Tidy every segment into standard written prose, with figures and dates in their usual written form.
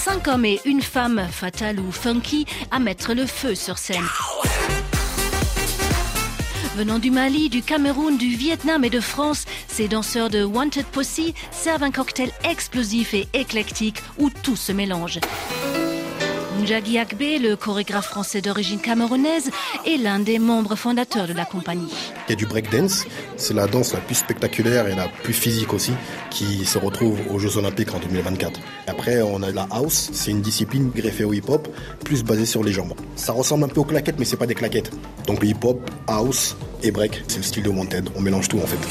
5 hommes et une femme, fatale ou funky, à mettre le feu sur scène. Venant du Mali, du Cameroun, du Vietnam et de France, ces danseurs de Wanted Pussy servent un cocktail explosif et éclectique où tout se mélange. Njagi Akbe, le chorégraphe français d'origine camerounaise, est l'un des membres fondateurs de la compagnie. Il y a du breakdance, c'est la danse la plus spectaculaire et la plus physique aussi, qui se retrouve aux Jeux Olympiques en 2024. Après, on a la house, c'est une discipline greffée au hip-hop, plus basée sur les jambes. Ça ressemble un peu aux claquettes, mais c'est pas des claquettes. Donc le hip-hop, house et break, c'est le style de Wanted. On mélange tout en fait.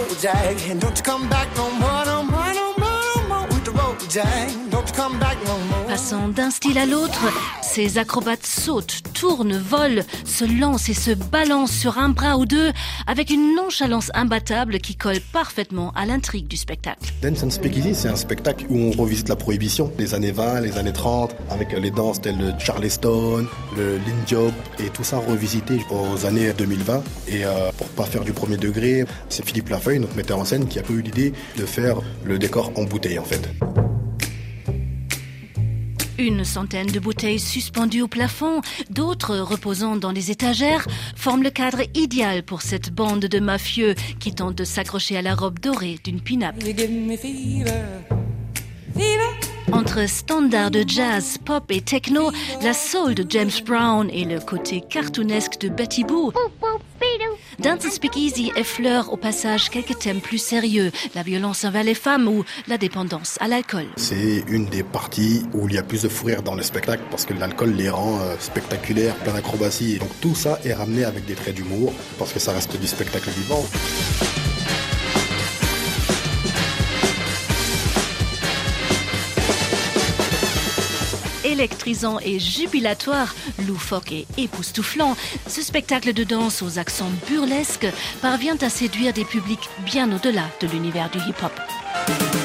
Passant d'un style à l'autre, ces acrobates sautent, tournent, volent, se lancent et se balancent sur un bras ou deux avec une nonchalance imbattable qui colle parfaitement à l'intrigue du spectacle. Dance and Speakeasy, c'est un spectacle où on revisite la prohibition, les années 20, les années 30, avec les danses telles le Charleston, le Lindyop et tout ça revisité aux années 2020. Et pour pas faire du premier degré, c'est Philippe Lafeuille, notre metteur en scène, qui a eu l'idée de faire le décor en bouteille en fait. Une centaine de bouteilles suspendues au plafond, d'autres reposant dans les étagères, forment le cadre idéal pour cette bande de mafieux qui tentent de s'accrocher à la robe dorée d'une pin-up. Entre standards de jazz, pop et techno, la soul de James Brown et le côté cartoonesque de Betty Boo, Dance and Speakeasy effleure au passage quelques thèmes plus sérieux, la violence envers les femmes ou la dépendance à l'alcool. C'est une des parties où il y a plus de fou rire dans le spectacle parce que l'alcool les rend spectaculaires, plein d'acrobatie. Donc tout ça est ramené avec des traits d'humour parce que ça reste du spectacle vivant. Électrisant et jubilatoire, loufoque et époustouflant, ce spectacle de danse aux accents burlesques parvient à séduire des publics bien au-delà de l'univers du hip-hop.